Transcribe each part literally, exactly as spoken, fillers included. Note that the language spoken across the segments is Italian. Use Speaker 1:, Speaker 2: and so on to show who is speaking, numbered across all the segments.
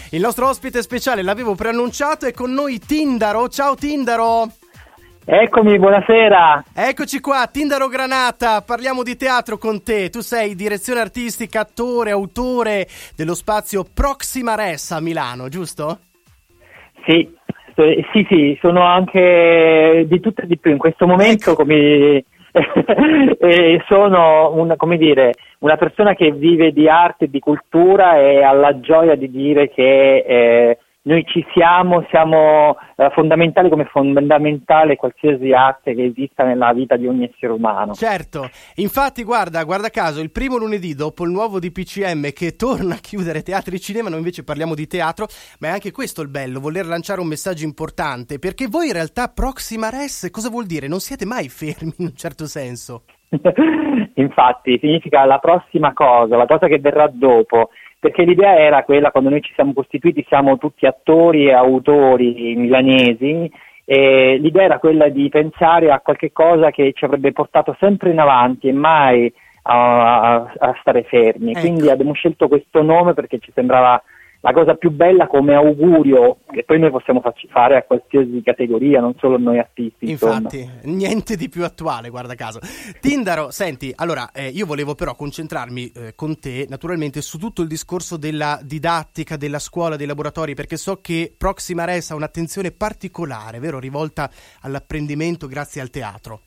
Speaker 1: Il nostro ospite speciale, l'avevo preannunciato, è con noi Tindaro. Ciao Tindaro!
Speaker 2: Eccomi, buonasera.
Speaker 1: Eccoci qua, Tindaro Granata, parliamo di teatro con te. Tu sei direzione artistica, attore, autore dello spazio Proxima Res a Milano, giusto?
Speaker 2: Sì, sì, sì, sono anche di tutto e di più in questo momento,
Speaker 1: Ecco.
Speaker 2: come e sono una, come dire, una persona che vive di arte e di cultura e ha la gioia di dire che eh, noi ci siamo, siamo eh, fondamentali come fondamentale qualsiasi arte che esista nella vita di ogni essere umano.
Speaker 1: Certo, infatti guarda, guarda caso, il primo lunedì dopo il nuovo D P C M che torna a chiudere teatri e cinema, noi invece parliamo di teatro, ma è anche questo il bello, voler lanciare un messaggio importante, perché voi in realtà Proxima Res cosa vuol dire? Non siete mai fermi in un certo senso.
Speaker 2: Infatti, significa la prossima cosa, la cosa che verrà dopo. Perché l'idea era quella, quando noi ci siamo costituiti, siamo tutti attori e autori milanesi, e l'idea era quella di pensare a qualche cosa che ci avrebbe portato sempre in avanti e mai a, a, a stare fermi.
Speaker 1: Ecco.
Speaker 2: Quindi abbiamo scelto questo nome perché ci sembrava la cosa più bella come augurio, che poi noi possiamo farci fare a qualsiasi categoria, non solo noi artisti.
Speaker 1: Infatti,
Speaker 2: insomma.
Speaker 1: niente di più attuale, guarda caso. Tindaro, senti, allora, eh, io volevo però concentrarmi eh, con te, naturalmente, su tutto il discorso della didattica, della scuola, dei laboratori, perché so che Proxima Res ha un'attenzione particolare, vero, rivolta all'apprendimento grazie al teatro.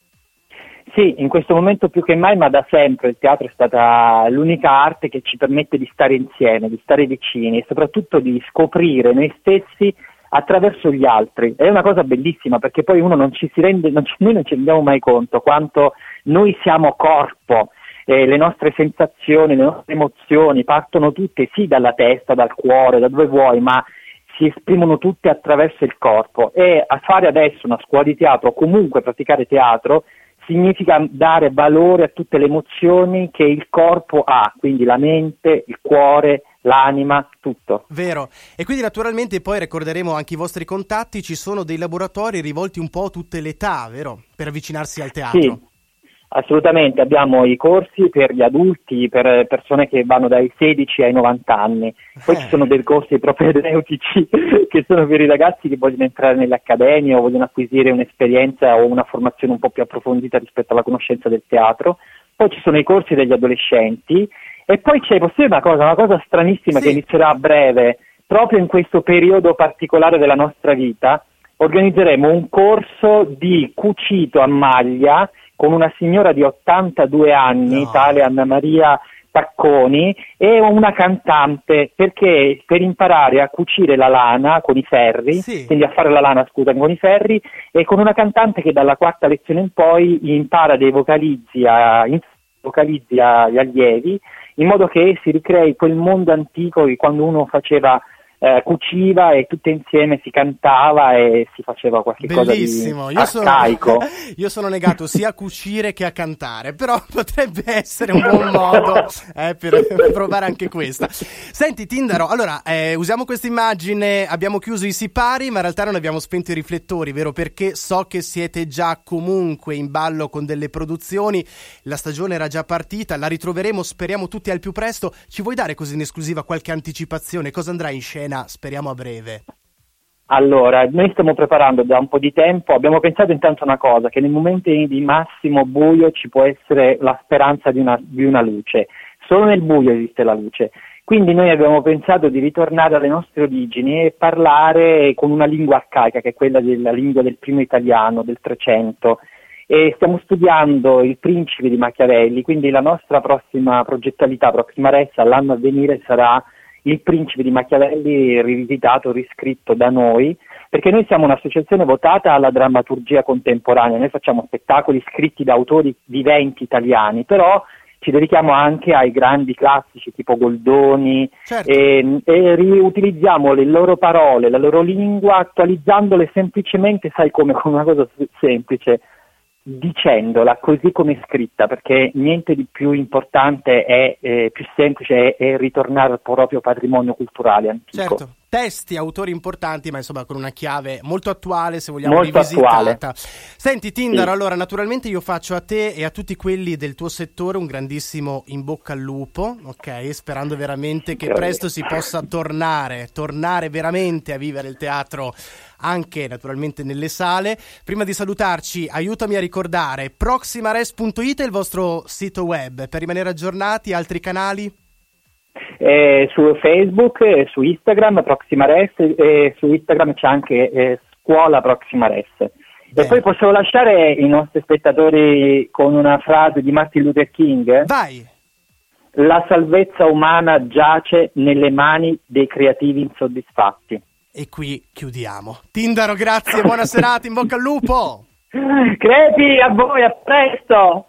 Speaker 2: Sì, in questo momento più che mai, ma da sempre il teatro è stata l'unica arte che ci permette di stare insieme, di stare vicini e soprattutto di scoprire noi stessi attraverso gli altri. È una cosa bellissima perché poi uno non ci si rende, non ci, noi non ci rendiamo mai conto quanto noi siamo corpo, eh, le nostre sensazioni, le nostre emozioni partono tutte sì dalla testa, dal cuore, da dove vuoi, ma si esprimono tutte attraverso il corpo e a fare adesso una scuola di teatro o comunque praticare teatro significa dare valore a tutte le emozioni che il corpo ha, quindi la mente, il cuore, l'anima, tutto.
Speaker 1: Vero, e quindi naturalmente poi ricorderemo anche i vostri contatti, ci sono dei laboratori rivolti un po' a tutte le età, vero? Per avvicinarsi al teatro.
Speaker 2: Sì. Assolutamente, abbiamo i corsi per gli adulti, per persone che vanno dai sedici ai novanta anni, poi
Speaker 1: eh.
Speaker 2: ci sono dei corsi propedeutici che sono per i ragazzi che vogliono entrare nelle accademie o vogliono acquisire un'esperienza o una formazione un po' più approfondita rispetto alla conoscenza del teatro, poi ci sono i corsi degli adolescenti e poi c'è possibile una cosa, una cosa stranissima
Speaker 1: sì.
Speaker 2: che inizierà a breve, proprio in questo periodo particolare della nostra vita, organizzeremo un corso di cucito a maglia con una signora di ottantadue anni,
Speaker 1: no.
Speaker 2: tale Anna Maria Tacconi, e una cantante, perché per imparare a cucire la lana con i ferri,
Speaker 1: sì.
Speaker 2: quindi a fare la lana, scusa, con i ferri, e con una cantante che dalla quarta lezione in poi impara dei vocalizzi, a, vocalizzi agli allievi, in modo che si ricrei quel mondo antico di quando uno faceva Eh, cuciva e tutte insieme si cantava e si faceva qualche
Speaker 1: Bellissimo.
Speaker 2: cosa di
Speaker 1: io
Speaker 2: arcaico.
Speaker 1: sono, io sono negato sia a cucire che a cantare, però potrebbe essere un buon modo eh, per, per provare anche questa. Senti Tindaro, allora eh, usiamo questa immagine, abbiamo chiuso i sipari ma in realtà non abbiamo spento i riflettori, vero? Perché so che siete già comunque in ballo con delle produzioni, la stagione era già partita, la ritroveremo speriamo tutti al più presto. Ci vuoi dare così in esclusiva qualche anticipazione? Cosa andrà in scena? Speriamo a breve.
Speaker 2: Allora, noi stiamo preparando da un po' di tempo, abbiamo pensato intanto una cosa, che nei momenti di massimo buio ci può essere la speranza di una, di una luce, solo nel buio esiste la luce, quindi noi abbiamo pensato di ritornare alle nostre origini e parlare con una lingua arcaica, che è quella della lingua del primo italiano, del Trecento, e stiamo studiando Il Principe di Machiavelli, quindi la nostra prossima progettualità, Proxima Res, all'anno a venire sarà Il Principe di Machiavelli rivisitato, riscritto da noi, perché noi siamo un'associazione votata alla drammaturgia contemporanea, noi facciamo spettacoli scritti da autori viventi italiani, però ci dedichiamo anche ai grandi classici tipo Goldoni,
Speaker 1: certo.
Speaker 2: e, e riutilizziamo le loro parole, la loro lingua, attualizzandole semplicemente, sai come, con una cosa semplice, dicendola così come è scritta, perché niente di più importante è, eh, più semplice è, è ritornare al proprio patrimonio culturale antico.
Speaker 1: Certo. testi, autori importanti, ma insomma con una chiave molto attuale, se vogliamo,
Speaker 2: molto
Speaker 1: rivisitata.
Speaker 2: attuale.
Speaker 1: Senti Tindaro,
Speaker 2: Sì.
Speaker 1: allora naturalmente io faccio a te e a tutti quelli del tuo settore un grandissimo in bocca al lupo, ok? Sperando veramente che
Speaker 2: Grazie.
Speaker 1: presto si possa tornare, tornare veramente a vivere il teatro anche naturalmente nelle sale. Prima di salutarci, aiutami a ricordare proximares punto it è il vostro sito web per rimanere aggiornati, altri canali?
Speaker 2: Eh, su Facebook, eh, su Instagram Proximares, e eh, su Instagram c'è anche eh, Scuola Proximares.
Speaker 1: Bene.
Speaker 2: E poi posso lasciare i nostri spettatori con una frase di Martin Luther King?
Speaker 1: Vai!
Speaker 2: La salvezza umana giace nelle mani dei creativi insoddisfatti.
Speaker 1: E qui chiudiamo. Tindaro, grazie, buona serata, in bocca al lupo!
Speaker 2: Crepi, a voi, a presto!